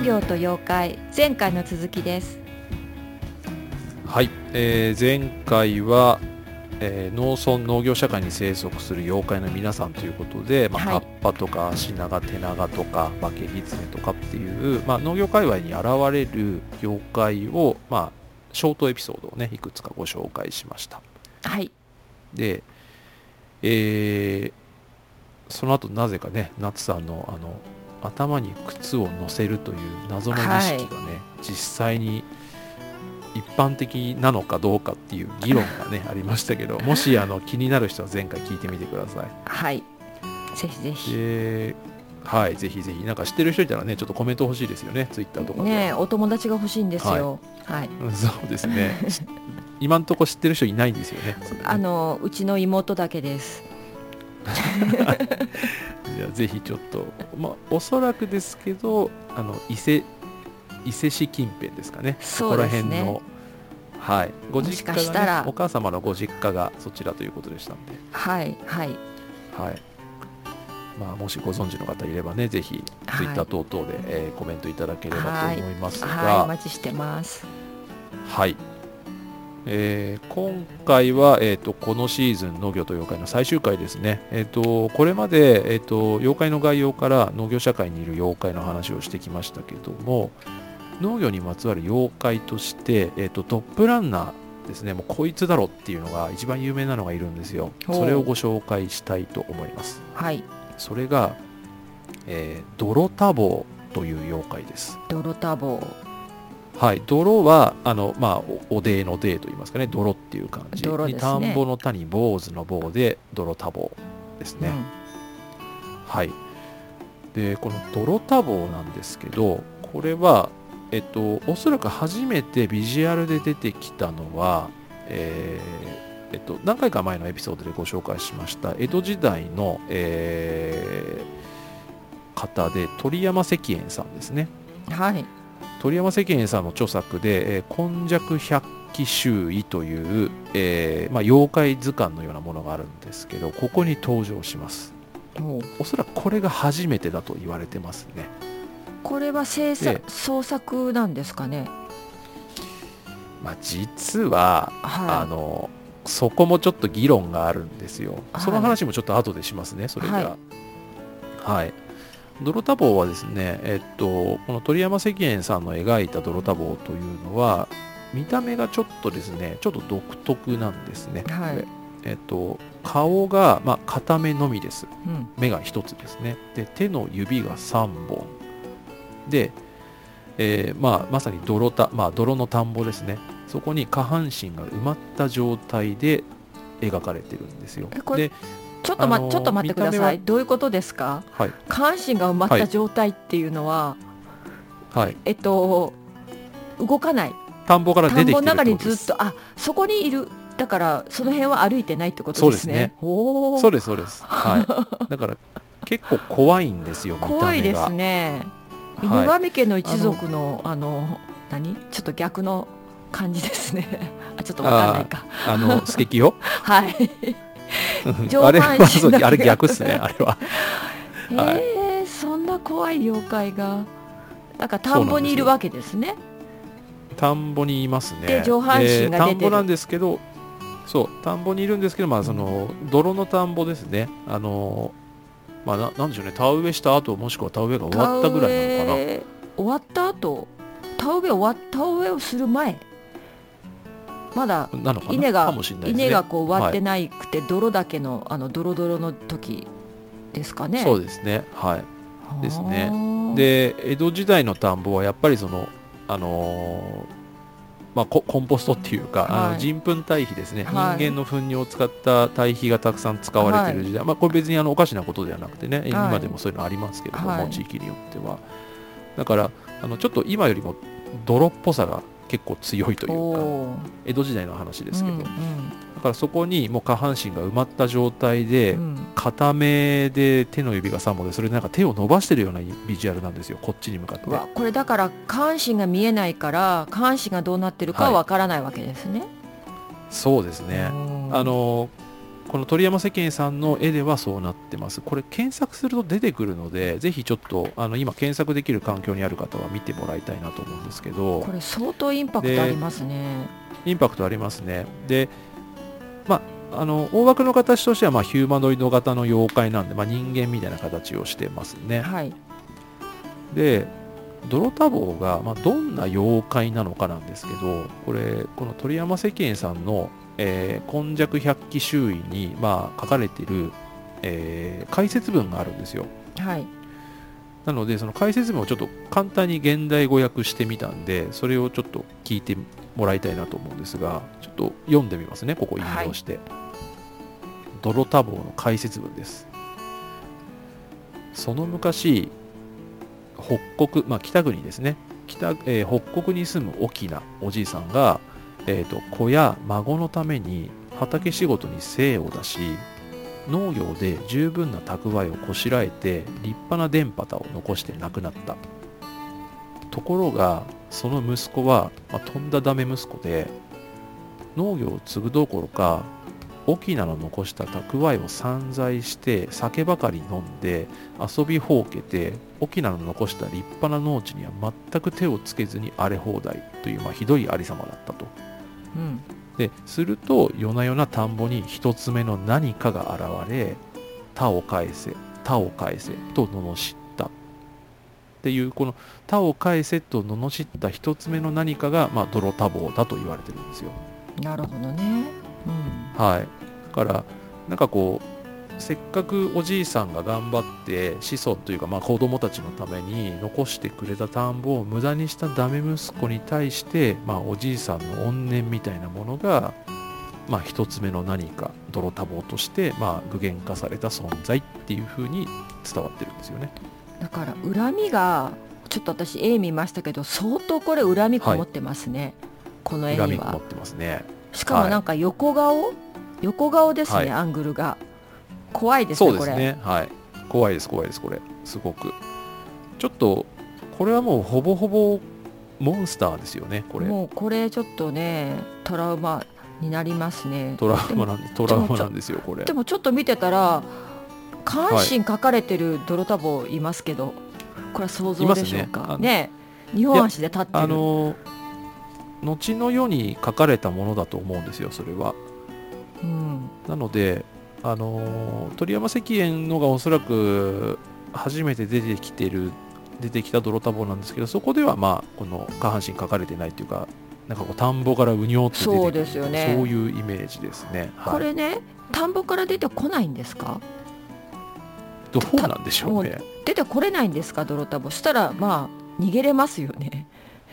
業と妖怪、前回の続きです。 はい、前回は、農村農業社会に生息する妖怪の皆さんということで、 はいカッパとか足長手長とか化け狐とかっていう、農業界隈に現れる妖怪を、ショートエピソードをねいくつかご紹介しました。 はい。 で、その後なぜかね夏さんの頭に靴を乗せるという謎の儀式がね、実際に一般的なのかどうかっていう議論がねありましたけど、もし気になる人は前回聞いてみてください。 はい。ぜひぜひ。 はい、ぜひぜひ。なんか知ってる人いたらねちょっとコメント欲しいですよね、ツイッターとかで。 ねえ、お友達が欲しいんですよ。はい。 そうですね。今んとこ知ってる人いないんですよね。 うちの妹だけです。 いやぜひちょっと、おそらくですけど伊勢市近辺ですかね。 そうですね。 ここら辺の、はい、ご実家が、ね、お母様のご実家がそちらということでしたので、 はいはいはい。もしご存知の方いればね、ぜひツイッター等々で、コメントいただければと思いますが、 はい、お待ちしてます。 はい。今回は、このシーズン農業と妖怪の最終回ですね。これまで、妖怪の概要から農業社会にいる妖怪の話をしてきましたけども、農業にまつわる妖怪として、トップランナーですね、もうこいつだろっていうのが一番有名なのがいるんですよ。それをご紹介したいと思います。 はい。 それが、泥多忙という妖怪です。 泥多忙。 はい、泥はおでのでと言いますかね、泥っていう感じ泥ですね。 田んぼの田に坊主の坊で泥多忙ですね、はい。でこの泥多忙なんですけど、これはおそらく初めてビジュアルで出てきたのは、何回か前のエピソードでご紹介しました江戸時代の、方で鳥山石燕さんですね。 はい。 鳥山石燕さんの著作で「今昔百鬼周囲」という、妖怪図鑑のようなものがあるんですけど、ここに登場します。おそらくこれが初めてだと言われてますね。 これは創作なんですかね。 実は、そこもちょっと議論があるんですよ。その話もちょっと後でしますね、それじゃあ。はい。泥多忙はですね、この鳥山石燕さんの描いた泥多忙というのは見た目がちょっとですね、ちょっと独特なんですね。 はい。 顔が、片目のみです、目が一つですね。で手の指が3本で、まさに泥の田んぼですね。そこに下半身が埋まった状態で描かれてるんですよ。でちょっと待ってください。どういうことですか？ はい、 下半身が埋まった状態っていうのは、 はい、 動かない。 田んぼから出てきてるってことです。田んぼの中にずっと、そこにいる。だからその辺は歩いてないってことですね。 そうですそうです。はい。だから結構怖いんですよ。見た目が怖いですね。犬神家の一族のちょっと逆の感じですね。ちょっとわかんないか。 素敵よ。 はい。 あれ逆っすね、あれは。 そんな怖い妖怪がなんか田んぼにいるわけですね。 田んぼにいますね。 で上半身が出てる。 田んぼなんですけど、そう田んぼにいるんですけど、その泥の田んぼですね。なんでしょうね、田植えした後、もしくは田植えが終わったぐらいなのかな。 終わった後、田植えをする前、まだ稲がこう終わってないくて、泥だけのドロドロの時ですかね。 そうですね、はいですね。で江戸時代の田んぼはやっぱりそのコンポストっていうか、人糞堆肥ですね、人間の糞尿を使った堆肥がたくさん使われている時代、これ別におかしなことではなくてね、今でもそういうのありますけれども、地域によっては。だからちょっと今よりも泥っぽさが結構強いというか、江戸時代の話ですけど、だからそこにもう下半身が埋まった状態で、片目で手の指が3本で、それでなんか手を伸ばしてるようなビジュアルなんですよ、こっちに向かって。 これだから下半身が見えないから、下半身がどうなってるかはわからないわけですね。 そうですね。ここの鳥山世間さんの絵ではそうなってます。これ検索すると出てくるので、ぜひちょっと今検索できる環境にある方は見てもらいたいなと思うんですけど、 これ相当インパクトありますね。 インパクトありますね。で、大枠の形としてはヒューマノイド型の妖怪なんで、人間みたいな形をしてますね。 はい、 で泥多忙が、どんな妖怪なのかなんですけど、この鳥山世間さんの今昔百鬼周囲に、書かれている、解説文があるんですよ。 はい、 なのでその解説文をちょっと簡単に現代語訳してみたんで、それをちょっと聞いてもらいたいなと思うんですが、ちょっと読んでみますね。ここ引用して、泥多忙の解説文です。その昔北国、北国ですね、北国に住む大きなおじいさんが、子や孫のために畑仕事に精を出し、農業で十分な蓄えをこしらえて立派な田畑を残して亡くなった。ところがその息子は、とんだダメ息子で、農業を継ぐどころか翁の残した蓄えを散財して酒ばかり飲んで遊びほうけて、翁の残した立派な農地には全く手をつけずに荒れ放題という、ひどいありさまだったと。ですると夜な夜な田んぼに一つ目の何かが現れ、田を返せ田を返せと罵ったっていう、この田を返せと罵った一つ目の何かが、泥多忙だと言われてるんですよ。 なるほどね。 はい、だからなんかこう、せっかくおじいさんが頑張って子孫というか、子供たちのために残してくれた田んぼを無駄にしたダメ息子に対して、おじいさんの怨念みたいなものが、一つ目の何か泥多忙として、具現化された存在っていう風に伝わってるんですよね。 だから恨みが、ちょっと私絵見ましたけど、相当これ恨みこもってますね、この絵には。 恨みこもってますね。 しかもなんか横顔ですね、アングルが怖いですね。 そうですね、怖いですこれすごく。ちょっとこれはもうほぼほぼモンスターですよね。 もうこれちょっとね、トラウマになりますね。 トラウマなんですよこれ。 でもちょっと見てたら下半身描かれてる泥多忙いますけど、これは想像でしょうかね。2本足で立ってる。 後の世に書かれたものだと思うんですよ、それは。なので鳥山石燕のがおそらく初めて出てきた泥多忙なんですけど、そこではこの下半身書かれてないというか、なんかこう田んぼからうにょって出てくる、 そうですよね、 そういうイメージですね。 これね、田んぼから出てこないんですか？ どうなんでしょうね。 出てこれないんですか、泥多忙したら逃げれますよね。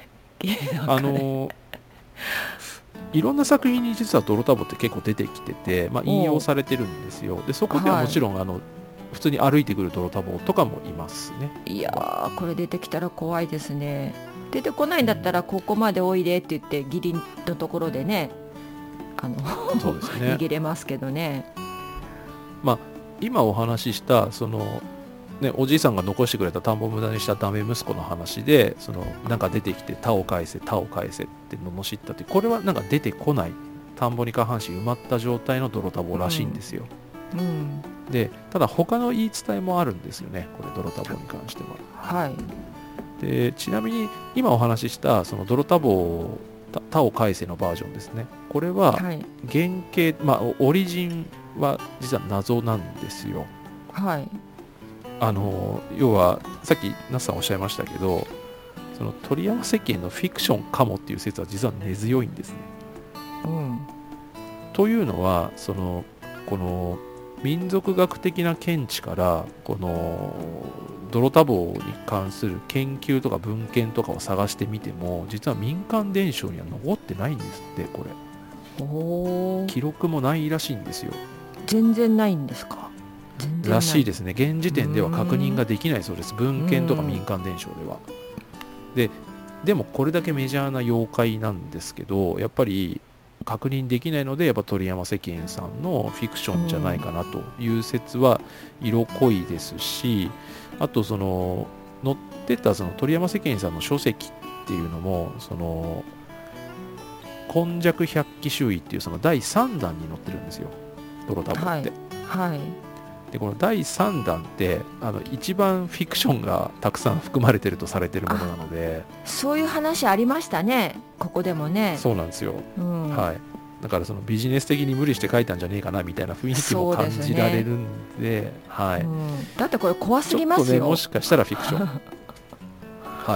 いろんな作品に実は泥多忙って結構出てきてて、引用されてるんですよ。でそこではもちろん、普通に歩いてくる泥多忙とかもいますね。 いやー、これ出てきたら怖いですね。出てこないんだったらここまでおいでって言って義理のところでね、 そうですね、 逃げれますけどね。 今お話ししたおじいさんが残してくれた田んぼを無駄にしたダメ息子の話で、なんか出てきて田を返せって罵ったって、これはなんか出てこない、田んぼに下半身埋まった状態の泥多忙らしいんですよ。でただ他の言い伝えもあるんですよね、これ泥多忙に関しては。でちなみに今お話ししたその泥多忙田を返せのバージョンですね、これは原型、オリジンは実は謎なんですよ。要はさっき那須さんおっしゃいましたけど、その鳥山石燕のフィクションかもっていう説は実は根強いんですね。というのはこの民族学的な見地からこの泥多忙に関する研究とか文献とかを探してみても、実は民間伝承には残ってないんですって。これ記録もないらしいんですよ。 全然ないんですか？ らしいですね。現時点では確認ができないそうです、文献とか民間伝承では。でもこれだけメジャーな妖怪なんですけど、やっぱり確認できないので、やっぱ鳥山石燕さんのフィクションじゃないかなという説は色濃いですし、あと載ってた鳥山石燕さんの書籍っていうのも今昔百鬼周囲っていう第3弾に載ってるんですよ。 泥多忙って、 はいはい、 でこの第3弾って一番フィクションがたくさん含まれてるとされてるものなので、 そういう話ありましたね、ここでもね。 そうなんですよ、 うん、 はい、だからそのビジネス的に無理して書いたんじゃねえかなみたいな雰囲気も感じられるん で、はい、 だってこれ怖すぎますよ。 ちょっとね、もしかしたらフィクションはい、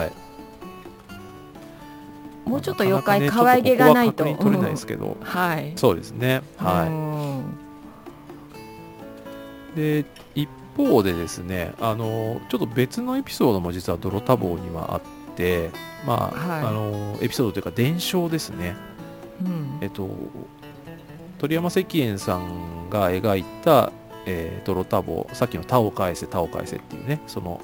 もうちょっと妖怪可愛げがないと、 ここは確認取れないですけど、 はい、 そうですね、はい、で一方でですね、ちょっと別のエピソードも実は泥多忙にはあって、まあ、はい、エピソードというか伝承ですね、うん、鳥山石燕さんが描いた、泥多忙、さっきの他を返せ他を返せっていうね、その、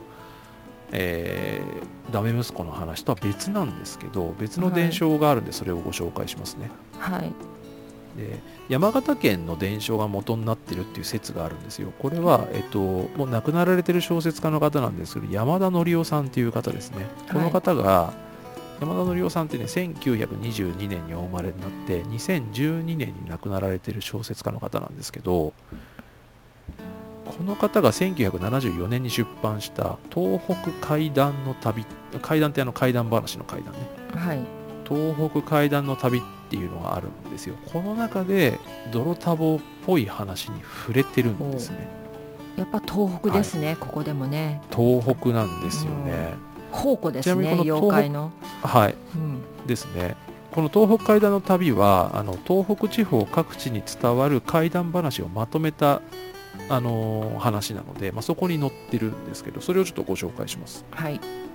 ダメ息子の話とは別なんですけど、別の伝承があるんでそれをご紹介しますね。 はい、 で山形県の伝承が元になってるっていう説があるんですよ。これは、もう亡くなられてる小説家の方なんですけど、山田則夫さんっていう方ですね。この方が、はい、山田則夫さんってね、1922年にお生まれになって2012年に亡くなられてる小説家の方なんですけど、この方が1974年に出版した東北怪談の旅、怪談って怪談話の怪談ね、はい、東北怪談の旅っていうのがあるんですよ。この中で泥多忙っぽい話に触れてるんですね。 やっぱ東北ですね、はい、ここでもね東北なんですよね。 宝庫ですね、妖怪の。 はい、うん、ですね。この東北怪談の旅は東北地方各地に伝わる怪談話をまとめた話なので、そこに載ってるんですけど、それをちょっとご紹介します。 はい。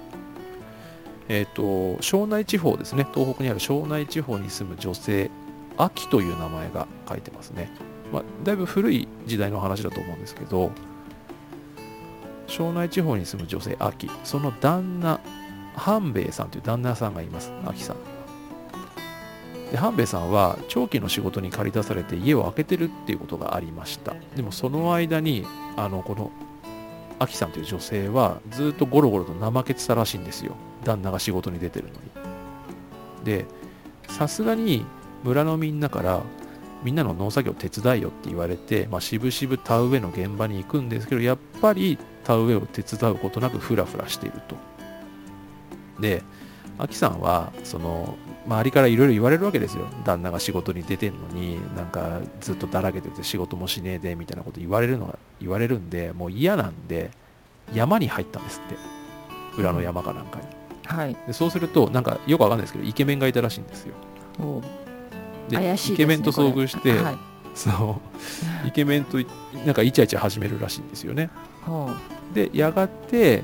庄内地方ですね、東北にある庄内地方に住む女性、あきという名前が書いてますね。だいぶ古い時代の話だと思うんですけど、庄内地方に住む女性、あき、その旦那、半兵衛さんという旦那さんがいます、あきさん。で半兵衛さんは長期の仕事に駆り出されて家を空けてるっていうことがありました。でもその間にこのあきさんという女性はずっとゴロゴロと怠けてたらしいんですよ、旦那が仕事に出てるのに。でさすがに村のみんなからみんなの農作業手伝いよって言われて、しぶしぶ田植えの現場に行くんですけど、やっぱり田植えを手伝うことなくフラフラしていると。であきさんはその周りからいろいろ言われるわけですよ。旦那が仕事に出てんのになんかずっとだらけてて仕事もしねえでみたいなこと言われるんで、もう嫌なんで山に入ったんですって、裏の山かなんかに、はい、でそうするとなんかよくわかんないですけどイケメンがいたらしいんですよ。で怪しいですね、イケメンと遭遇して、はい、そうイケメンとなんかイチャイチャ始めるらしいんですよね。でやがて、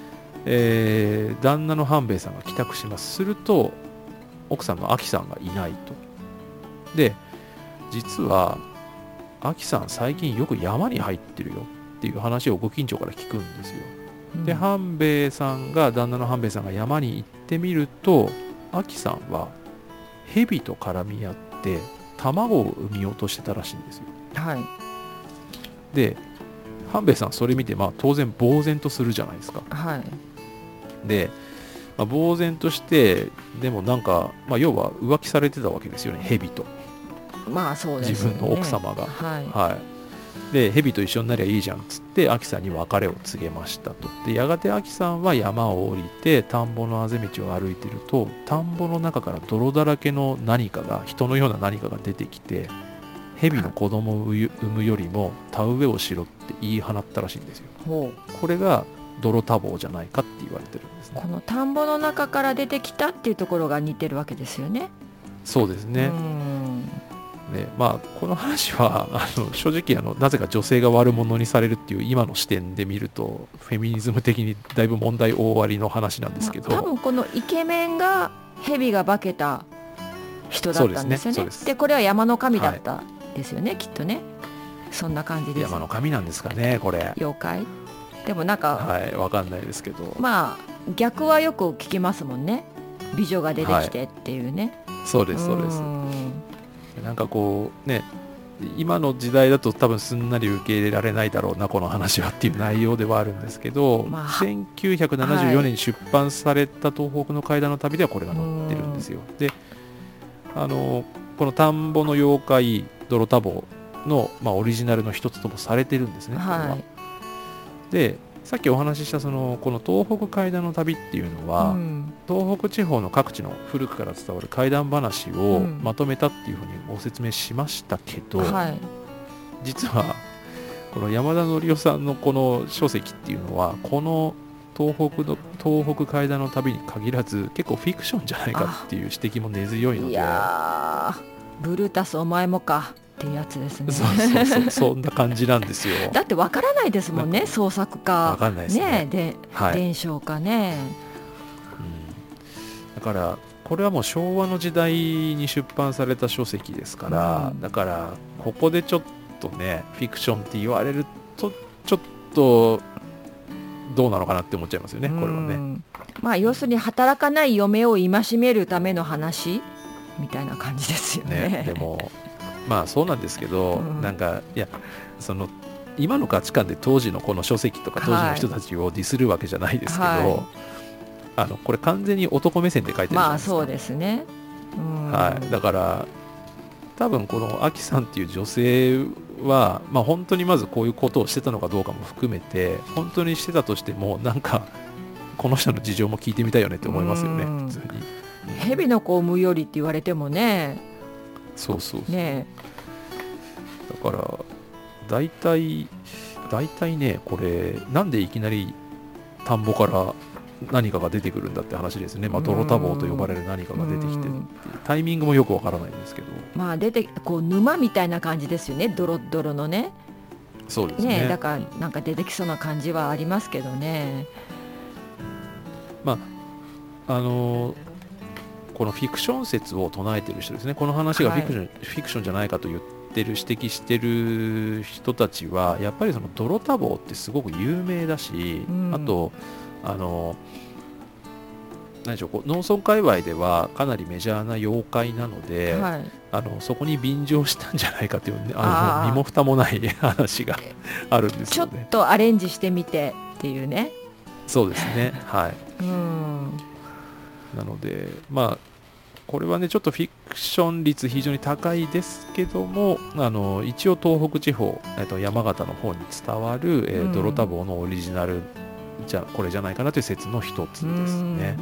旦那の半兵衛さんが帰宅します。すると奥さんのあきさんがいないと。で実はあきさん最近よく山に入ってるよっていう話をご近所から聞くんですよ。で半兵衛さんが旦那の半兵衛さんが山に行ってみると、あきさんは蛇と絡み合って卵を産み落としてたらしいんですよ。はい。で半兵衛さんそれ見て、当然呆然とするじゃないですか。はい。で呆然として、でもなんか、要は浮気されてたわけですよね、蛇と。 そうですね、 自分の奥様が。はい。で、蛇と一緒になりゃいいじゃんっつって、あきさんに別れを告げましたと。で、やがてあきさんは山を降りて、田んぼのあぜ道を歩いてると、田んぼの中から泥だらけの何かが、人のような何かが出てきて、蛇の子供を産むよりも田植えをしろって言い放ったらしいんですよ。これが泥多忙じゃないかって言われてるんですね。 この田んぼの中から出てきたっていうところが似てるわけですよね。 そうですね。ね、この話は正直なぜか女性が悪者にされるっていう今の視点で見るとフェミニズム的にだいぶ問題大ありの話なんですけど、 多分このイケメンが蛇が化けた人だったんですよね。でこれは山の神だったですよね、きっとね。そんな感じです。 山の神なんですかね、これ。 妖怪でもなんかわかんないですけど、 逆はよく聞きますもんね、美女が出てきてっていうね。 そうですそうです。なんかこうね、今の時代だと多分すんなり受け入れられないだろうなこの話はっていう内容ではあるんですけど、1974年に出版された東北の怪談の旅ではこれが載ってるんですよ。でこの田んぼの妖怪泥多忙の、オリジナルの一つともされてるんですね、これは。 はい、 でさっきお話ししたこの東北怪談の旅っていうのは、東北地方の各地の古くから伝わる怪談話をまとめたっていうふうにご説明しましたけど、 はい、 実はこの山田則夫さんのこの書籍っていうのはこの東北怪談の旅に限らず結構フィクションじゃないかっていう指摘も根強いので、 いやブルータスお前もかっていうやつですね。 そんな感じなんですよ。 だってわからないですもんね、創作かわかんないですね、 伝承かね、 だからこれはもう昭和の時代に出版された書籍ですから、だからここでちょっとねフィクションって言われるとちょっとどうなのかなって思っちゃいますよね、これはね。 要するに働かない嫁を戒めるための話みたいな感じですよね。 でもそうなんですけど、なんかいや今の価値観で当時のこの書籍とか当時の人たちをディスるわけじゃないですけど、これ完全に男目線で書いてるじゃないですか。 そうですね、 だから多分このアキさんっていう女性は、本当にまずこういうことをしてたのかどうかも含めて、本当にしてたとしてもなんかこの人の事情も聞いてみたいよねって思いますよね、普通に。 蛇の子を産むよりって言われてもね。 そうね、 だから大体ね、これなんでいきなり田んぼから何かが出てくるんだって話ですね。泥田房と呼ばれる何かが出てきてタイミングもよくわからないんですけど、 出て沼みたいな感じですよね、ドロドロのね。 そうですね。 だからなんか出てきそうな感じはありますけどね。 このフィクション説を唱えてる人ですね、この話がフィクションじゃないかと言ってる指摘してる人たちはやっぱりその泥田房ってすごく有名だし、あと何でしょう、農村界隈ではかなりメジャーな妖怪なので、そこに便乗したんじゃないかという、身も蓋もない話があるんですよね。 ちょっとアレンジしてみてっていうね。 そうですね、なのでこれはねちょっとフィクション率非常に高いですけども、一応東北地方、山形の方に伝わる、泥田房のオリジナルこれじゃないかなという説の一つですね。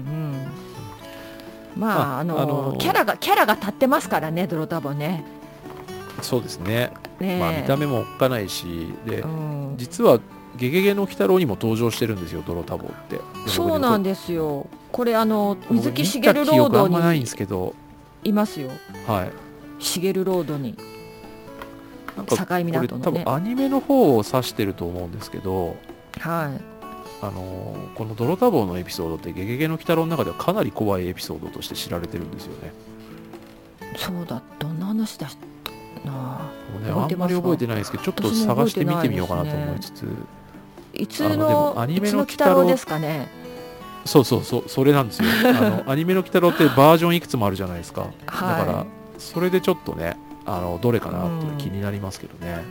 キャラが立ってますからね、泥田房ね。 そうですね。見た目もおっかないしで、実はゲゲゲの鬼太郎にも登場してるんですよ、泥田房って。 そうなんですよ。これ水木しげるロードにいますよ。しげるロードに境港のね。 多分アニメの方を指してると思うんですけど、この泥田房のエピソードってゲゲゲの鬼太郎の中ではかなり怖いエピソードとして知られてるんですよね。 そうだ、どんな話だなあんまり覚えてないですけど、ちょっと探して見てみようかなと思いつつ、 いつの鬼太郎ですかね。 そうそれなんですよ。アニメの鬼太郎ってバージョンいくつもあるじゃないですか。だからそれでちょっとねどれかなって気になりますけどね。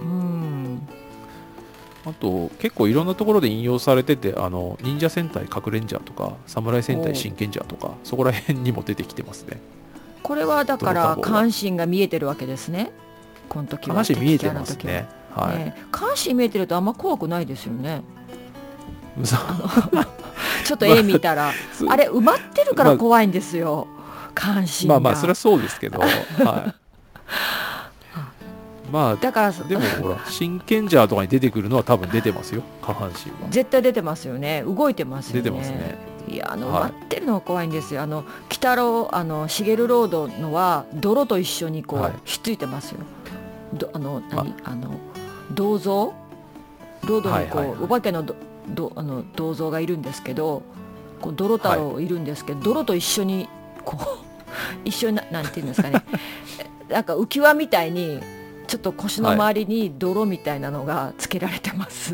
あと結構いろんなところで引用されてて、忍者戦隊核レンジャーとか侍戦隊真剣ジャーとかそこら辺にも出てきてますね。 これはだから関心が見えてるわけですね。この時は関心見えてますね。 関心見えてるとあんま怖くないですよね。ちょっと絵見たら、あれ埋まってるから怖いんですよ、関心が。 それはそうですけど、だからでもほら真剣ジャーとかに出てくるのは多分出てますよ、下半身は。 絶対出てますよね、動いてますよね。 出てますね。 いや埋まってるのが怖いんですよ。鬼太郎しげるロードのは泥と一緒にひっついてますよ。銅像ロードにお化けの銅像がいるんですけど、泥太郎いるんですけど、泥と一緒に一緒になんていうんですかねなんか浮き輪みたいにちょっと腰の周りに泥みたいなのがつけられてます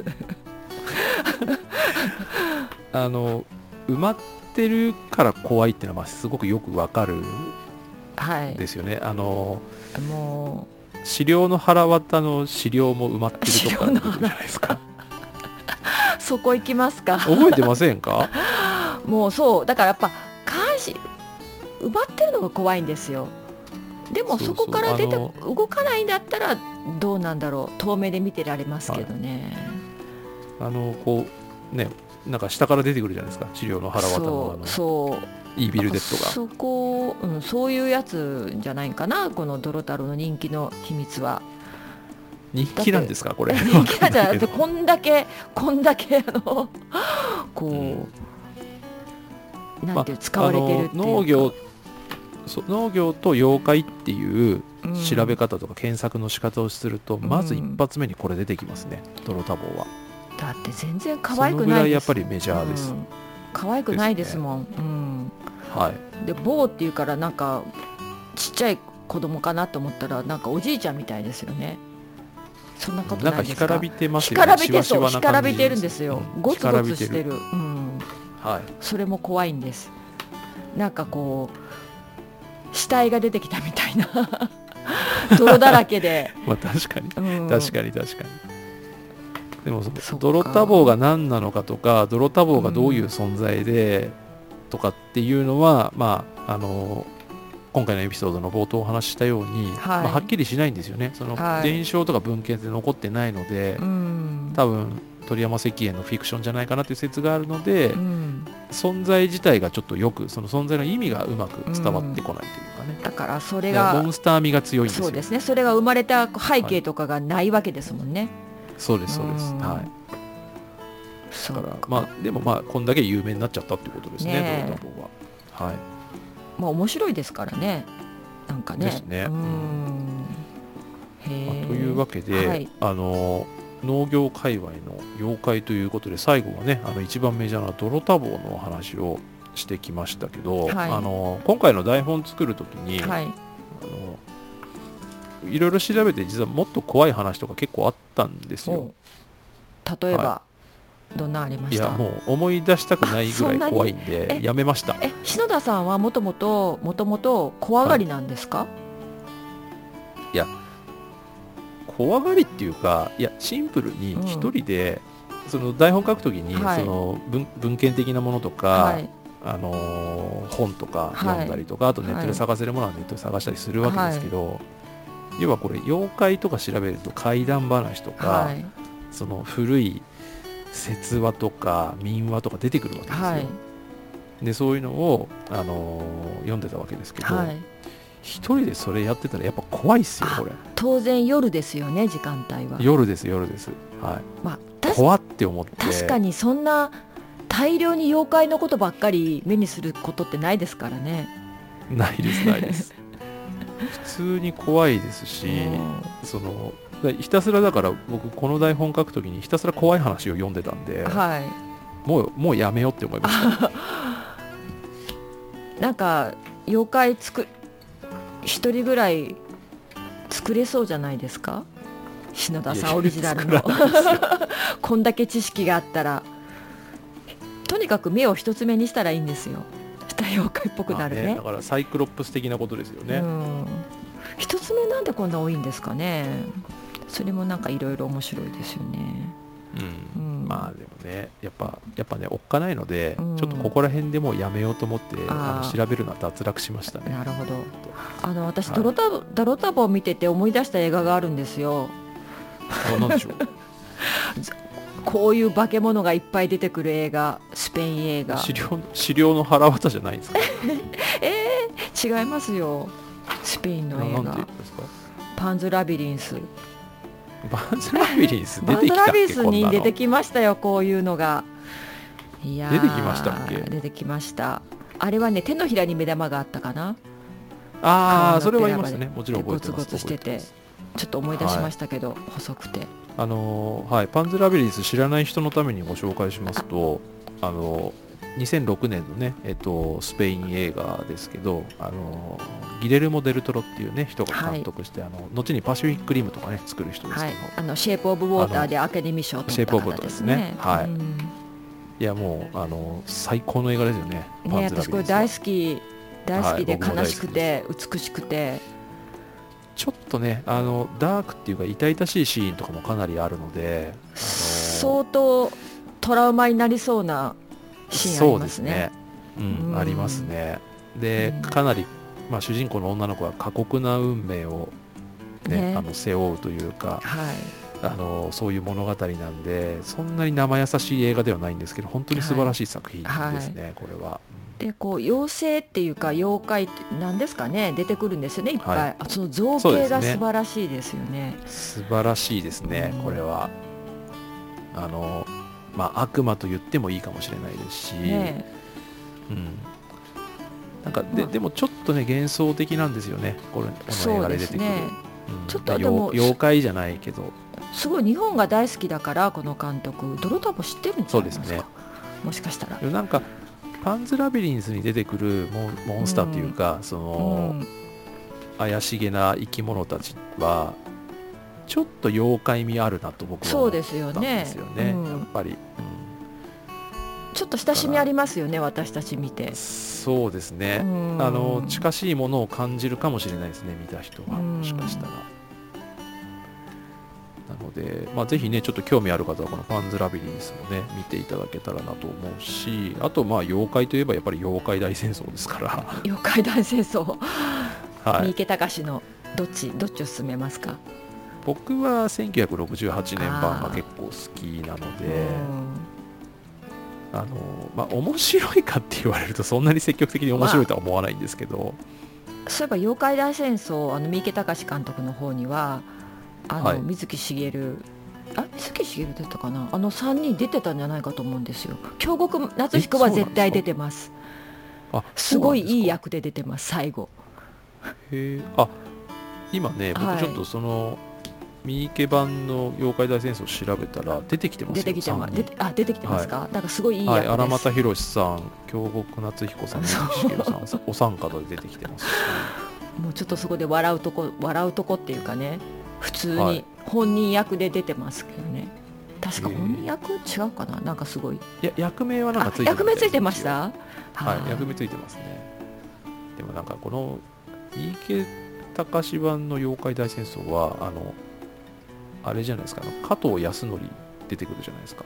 埋まってるから怖いっていうのはすごくよくわかるですよね。もう資料の腹渡の資料も埋まってるとかじゃないですかそこ行きますか。 覚えてませんかもうそうだからやっぱ下半身埋まってるのが怖いんですよ。 でもそこから動かないんだったらどうなんだろう、遠目で見てられますけどね、 こうね、なんか下から出てくるじゃないですか、治療の腹渡のイービルデッドが、 そこ、そういうやつじゃないかな、このドロ太郎の人気の秘密は。 人気なんですかこれ。 人気なんじゃない、こんだけこう、なんていう使われてるっていうか、 農業と妖怪っていう調べ方とか検索の仕方をすると、まず一発目にこれ出てきますね、ドロタボーは。 だって全然可愛くないです。そのぐらいやっぱりメジャーです、 可愛くないですもん、 はい、 でボーっていうからなんかちっちゃい子供かなと思ったらなんかおじいちゃんみたいですよね。そんなことないですか。 なんか干からびてますよね。 干からびてるんですよ、ゴツゴツしてる、 はい、 それも怖いんです。なんかこう死体が出てきたみたいな泥だらけでまあ確かに、確かにでもドロタボーが何なのかとか、ドロタボーがどういう存在で、とかっていうのは、まあ今回のエピソードの冒頭お話ししたように、はっきりしないんですよね。その伝承とか文献で残ってないので、多分鳥山石燕のフィクションじゃないかなという説があるので、存在自体がちょっとよくその存在の意味がうまく伝わってこないというかね、 だからそれがモンスター味が強いんですよ。 そうですね、それが生まれた背景とかがないわけですもんね、 そうですそうです、はい、だからまあでもまあこんだけ有名になっちゃったっていうことですね、ドロタボーは。はい、まあ面白いですからね、なんかね。 ですね。というわけで、農業界隈の妖怪ということで、最後はね一番メジャーなドロタボーのお話をしてきましたけど、今回の台本作るときに、いろいろ調べて実はもっと怖い話とか結構あったんですよ。 例えば、どんなありました？ いやもう思い出したくないぐらい怖いんでやめました。 篠田さんはもともと怖がりなんですか？ いや怖がりっていうか、いやシンプルに一人で、その台本書くときに、その文献的なものとか、本とか読んだりとか、あとネットで探せるものはネットで探したりするわけですけど、要はこれ妖怪とか調べると怪談話とか、その古い説話とか民話とか出てくるわけですよ、でそういうのを、読んでたわけですけど、一人でそれやってたらやっぱ怖いっすよこれ。 当然夜ですよね、時間帯は。 夜です、はい、怖って思って。 確かにそんな大量に妖怪のことばっかり目にすることってないですからね。 ないです普通に怖いですし、そのひたすらだから僕この台本書くときにひたすら怖い話を読んでたんで、もうやめようって思いましたなんか妖怪一人ぐらい作れそうじゃないですか、篠田さんオリジナルのこんだけ知識があったら。とにかく目を一つ目にしたらいいんですよ。妖怪っぽくなるね。 だからサイクロプス的なことですよね。 一つ目なんでこんな多いんですかね。それもなんかいろいろ面白いですよね。 まあでもね、やっぱねおっかないので、ちょっとここら辺でもうやめようと思って調べるのは脱落しましたね。 なるほど。私ドロタボを見てて思い出した映画があるんですよ。 なんでしょうこういう化け物がいっぱい出てくる映画、スペイン映画。 資料の腹渡じゃないんですか違いますよ。スペインの映画。なんて言うんですか？パンズラビリンス。 パンズラビリンス出てきたっけ？ パンズラビリンスに出てきましたよ、こういうのが。いや出てきましたっけ？ 出てきました。あれはね、手のひらに目玉があったかな。 それは言いましたね。もちろん覚えてます。 ゴツゴツしててちょっと思い出しましたけど、細くて。 パンズラビリンス知らない人のためにご紹介しますと、2006年のね、スペイン映画ですけど、ギレルモ・デルトロっていうね人が監督して、後にパシフィックリムとかね作る人ですけど、 シェイプ・オブ・ウォーターでアカデミー賞を取った方ですね。 いやもう最高の映画ですよね。 私これ大好きで、悲しくて美しくて、 ちょっとねダークっていうか痛々しいシーンとかもかなりあるので、 相当トラウマになりそうなシーンありますね。 ありますね。でかなり主人公の女の子は過酷な運命を、背負うというか、そういう物語なんで、そんなに生優しい映画ではないんですけど、本当に素晴らしい作品ですね、これは。 で妖精っていうか妖怪ってなんですかね、出てくるんですよね、いっぱい。その造形が素晴らしいですよね。 素晴らしいですね、これは。悪魔と言ってもいいかもしれないですし、なんかでもちょっとね幻想的なんですよね、この映画で出てくる。ちょっとでも妖怪じゃないけど、 すごい日本が大好きだから、この監督ドロタボ知ってるんじゃないですか。 そうですね、 もしかしたら。 なんかパンズラビリンスに出てくるモンスターっていうか、その怪しげな生き物たちはちょっと妖怪味あるなと僕は思ったんですよね。やっぱり、 ちょっと親しみありますよね、私たち見て。 そうですね、近しいものを感じるかもしれないですね、見た人はもしかしたら。なので、ぜひねちょっと興味ある方はこのパンズラビリンスもね見ていただけたらなと思うし、あと妖怪といえばやっぱり妖怪大戦争ですから妖怪大戦争、三池崇のどっちを勧めますか？ 僕は1968年版が結構好きなので、面白いかって言われるとそんなに積極的に面白いとは思わないんですけど、 そういえば妖怪大戦争、三池崇監督の方には水木しげる出たかな、3人出てたんじゃないかと思うんですよ。京極夏彦は絶対出てます。すごいいい役で出てます、最後。 今ね僕ちょっとその三池版の妖怪大戦争を調べたら出てきてますよ。出てきてますか？だからすごいいい役です。 荒俣宏さん、京極夏彦さん、水木しげるさん、お三方で出てきてますし、 もうちょっとそこで笑うとこっていうかね、普通に本人役で出てますけどね。確か本人役違うかな、なんかすごい。 いや役名はなんかついて役名ついてました。 役名ついてますね。でもなんかこの三池崇版の妖怪大戦争はあれじゃないですか、加藤康則出てくるじゃないですか。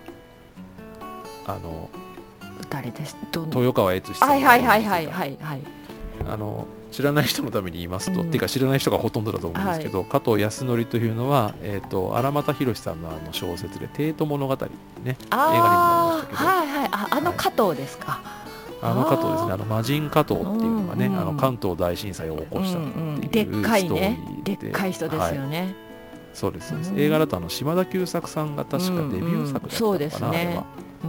誰です？ 豊川悦司さん。知らない人のために言いますと、っていうか知らない人がほとんどだと思うんですけど、加藤康則というのは、荒俣宏さんの小説で「帝都物語」ね、映画にもなりましたけど、 加藤ですか。 加藤ですね。魔人加藤っていうのがね、関東大震災を起こしたっていうストーリーで、 でっかい人ですよね。 そうです。映画だと島田久作さんが確かデビュー作だったのかな、 そうですね。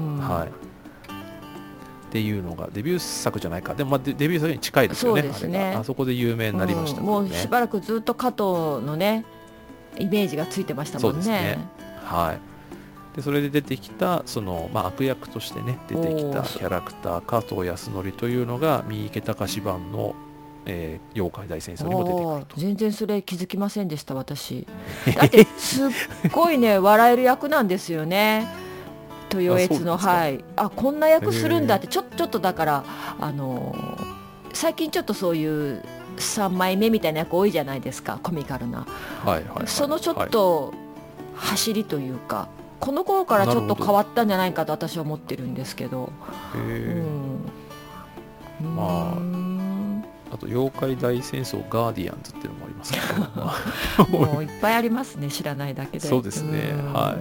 っていうのがデビュー作じゃないか、でもデビュー作に近いですよね。あれがあそこで有名になりましたもんね。 もうしばらくずっと加藤のねイメージがついてましたもんね。そうですね。 でそれで出てきたその、悪役としてね出てきたキャラクター加藤康則というのが三池崇版の、妖怪大戦争にも出てくると。 全然それ気づきませんでした、私。だってすっごいね笑える役なんですよね、豊悦の。こんな役するんだって、ちょっとだから最近ちょっとそういう3枚目みたいな役多いじゃないですか、コミカルな。そのちょっと走りというか、この頃からちょっと変わったんじゃないかと私は思ってるんですけど。 あと妖怪大戦争ガーディアンズっていうのもありますけどもういっぱいありますね、知らないだけで。 そうですね。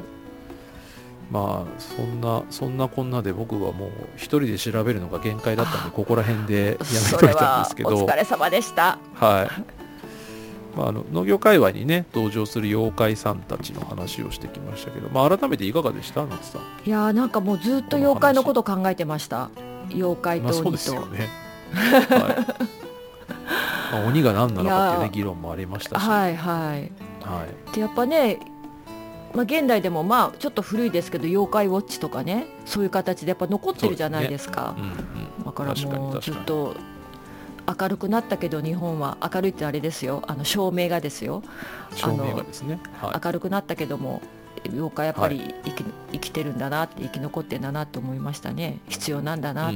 そんなこんなで僕はもう一人で調べるのが限界だったんで、ここら辺でやめといたんですけど。 お疲れ様でした。 農業界隈にね登場する妖怪さんたちの話をしてきましたけど、改めていかがでした？夏さん。 いやなんかもうずっと妖怪のことを考えてました。妖怪と鬼と。 そうですよね。鬼が何なのかっていうね議論もありましたし。でやっぱね、現代でもちょっと古いですけど妖怪ウォッチとかね、そういう形でやっぱ残ってるじゃないですか。だからもうずっと明るくなったけど、日本は明るいってあれですよ、照明がですよ。 照明がですね。 明るくなったけども妖怪やっぱり生きてるんだなって、生き残ってんだなと思いましたね。必要なんだなって。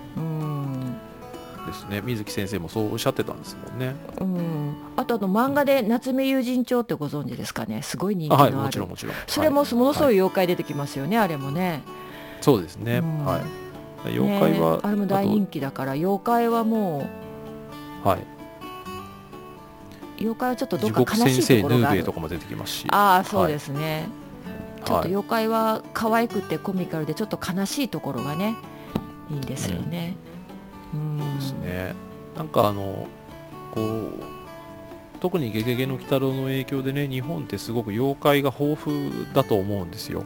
ですね。水木先生もそうおっしゃってたんですもんね。 あと漫画で夏目友人帳ってご存知ですかね。すごい人気のある。 もちろんもちろん。 それもものすごい妖怪出てきますよね、あれもね。 そうですね。妖怪はあれも大人気だから、妖怪はもう妖怪はちょっとどっか悲しいところがある。 地獄先生ヌーベイとかも出てきますし、 ああそうですね、ちょっと妖怪は可愛くてコミカルでちょっと悲しいところがねいいですよね。 ですね。なんかこう特にゲゲゲの鬼太郎の影響でね、日本ってすごく妖怪が豊富だと思うんですよ。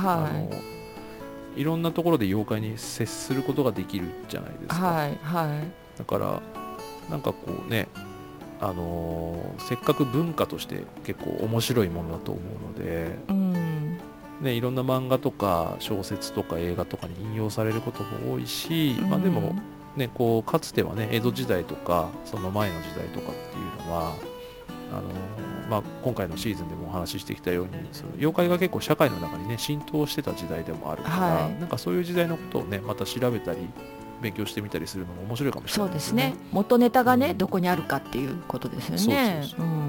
いろんなところで妖怪に接することができるじゃないですか。だからなんかこうね、せっかく文化として結構面白いものだと思うので、ね、いろんな漫画とか小説とか映画とかに引用されることも多いし、まあ、でも、ね、こうかつてはね江戸時代とかその前の時代とかっていうのはまあ、今回のシーズンでもお話ししてきたようにその妖怪が結構社会の中にね浸透してた時代でもあるから、なんかそういう時代のことをねまた調べたり勉強してみたりするのも面白いかもしれないですね。 そうですね、元ネタがね、どこにあるかっていうことですよね。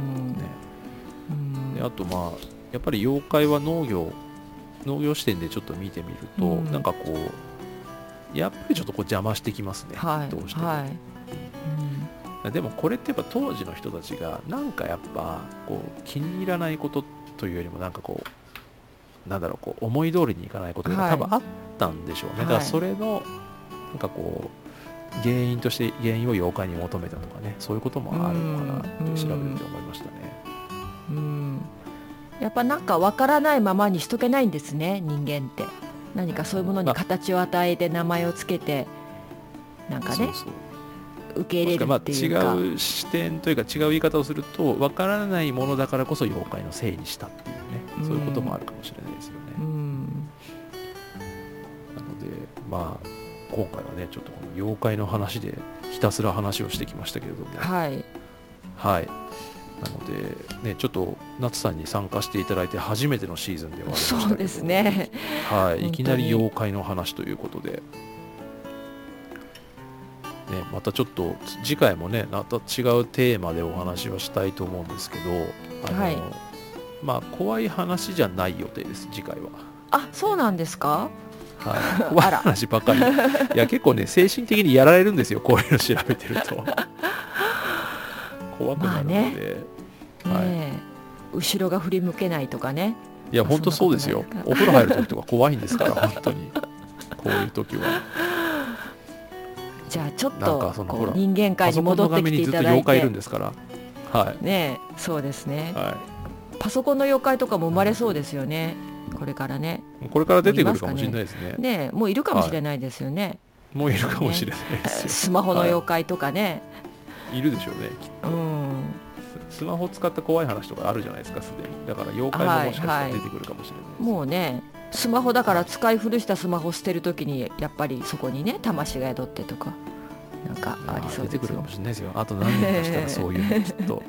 であとまあやっぱり妖怪は農業視点でちょっと見てみると、なんかこうやっぱりちょっとこう邪魔してきますね、どうしても。でもこれってやっぱ当時の人たちがなんかやっぱこう気に入らないことというよりもなんかこうなんだろう、こう思い通りにいかないことが多分あったんでしょうね。だからそれのなんかこう原因として原因を妖怪に求めたとかね、そういうこともあるのかなって調べて思いましたね。 やっぱなんか分からないままにしとけないんですね、人間って。何かそういうものに形を与えて名前をつけてなんかね受け入れるっていうか、 違う視点というか違う言い方をすると分からないものだからこそ妖怪のせいにしたっていうね、そういうこともあるかもしれないですよね。なのでまあ今回はねちょっとこの妖怪の話でひたすら話をしてきましたけれども、なのでねちょっと夏さんに参加していただいて初めてのシーズンではありましたけど、 そうですね、 いきなり妖怪の話ということで。ね、またちょっと次回もねまた違うテーマでお話はしたいと思うんですけど、まあ怖い話じゃない予定です、次回は。 あ、そうなんですか。 怖い話ばかりいや結構ね精神的にやられるんですよ、こういうの調べてると怖くなるので、 後ろが振り向けないとかね。 いや本当そうですよ、お風呂入る時とか怖いんですから本当にこういう時は。 じゃあちょっと人間界に戻ってきていただいて。パソコンの画面にずっと妖怪いるんですから。 ね、そうですね、パソコンの妖怪とかも生まれそうですよね、これからね。 これから出てくるかもしれないですね。 ね、もういるかもしれないですよね。 もういるかもしれないですよ。 スマホの妖怪とかね。 いるでしょうね、きっと。スマホを使った怖い話とかあるじゃないですか、すでに。だから妖怪ももしかしたら出てくるかもしれないです。 もうね、スマホだから使い古したスマホ捨てるときにやっぱりそこにね魂が宿ってとかなんかありそうですよ。 出てくるかもしれないですよ、あと何年かしたらそういうのきっと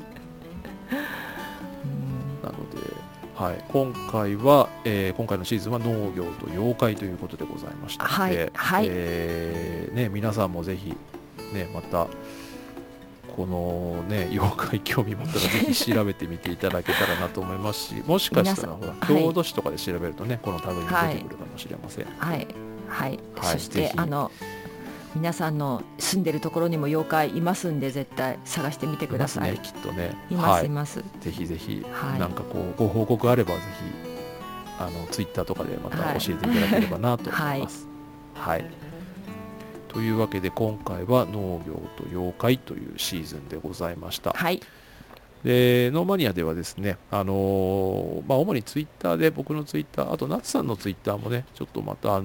なので、今回のシーズンは農業と妖怪ということでございましたので、皆さんもぜひねまたこのね妖怪興味持ったらぜひ調べてみていただけたらなと思いますし、もしかしたらほら郷土史とかで調べるとねこの類に出てくるかもしれません。 そして皆さんの住んでるところにも妖怪いますんで絶対探してみてください。 いますね、きっとね。 います。 ぜひぜひ、なんかこうご報告あればぜひツイッターとかでまた教えていただければなと思います。というわけで今回は農業と妖怪というシーズンでございました。でノーマニアではですね、主にツイッターで僕のツイッター、あと夏さんのツイッターもねちょっとまた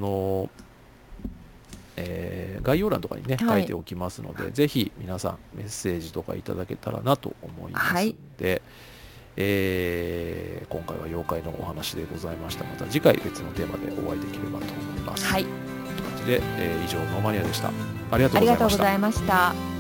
概要欄とかにね書いておきますので、ぜひ皆さんメッセージとかいただけたらなと思いますので、今回は妖怪のお話でございました。また次回別のテーマでお会いできればと思います。という感じで、以上ノーマニアでした。ありがとうございました。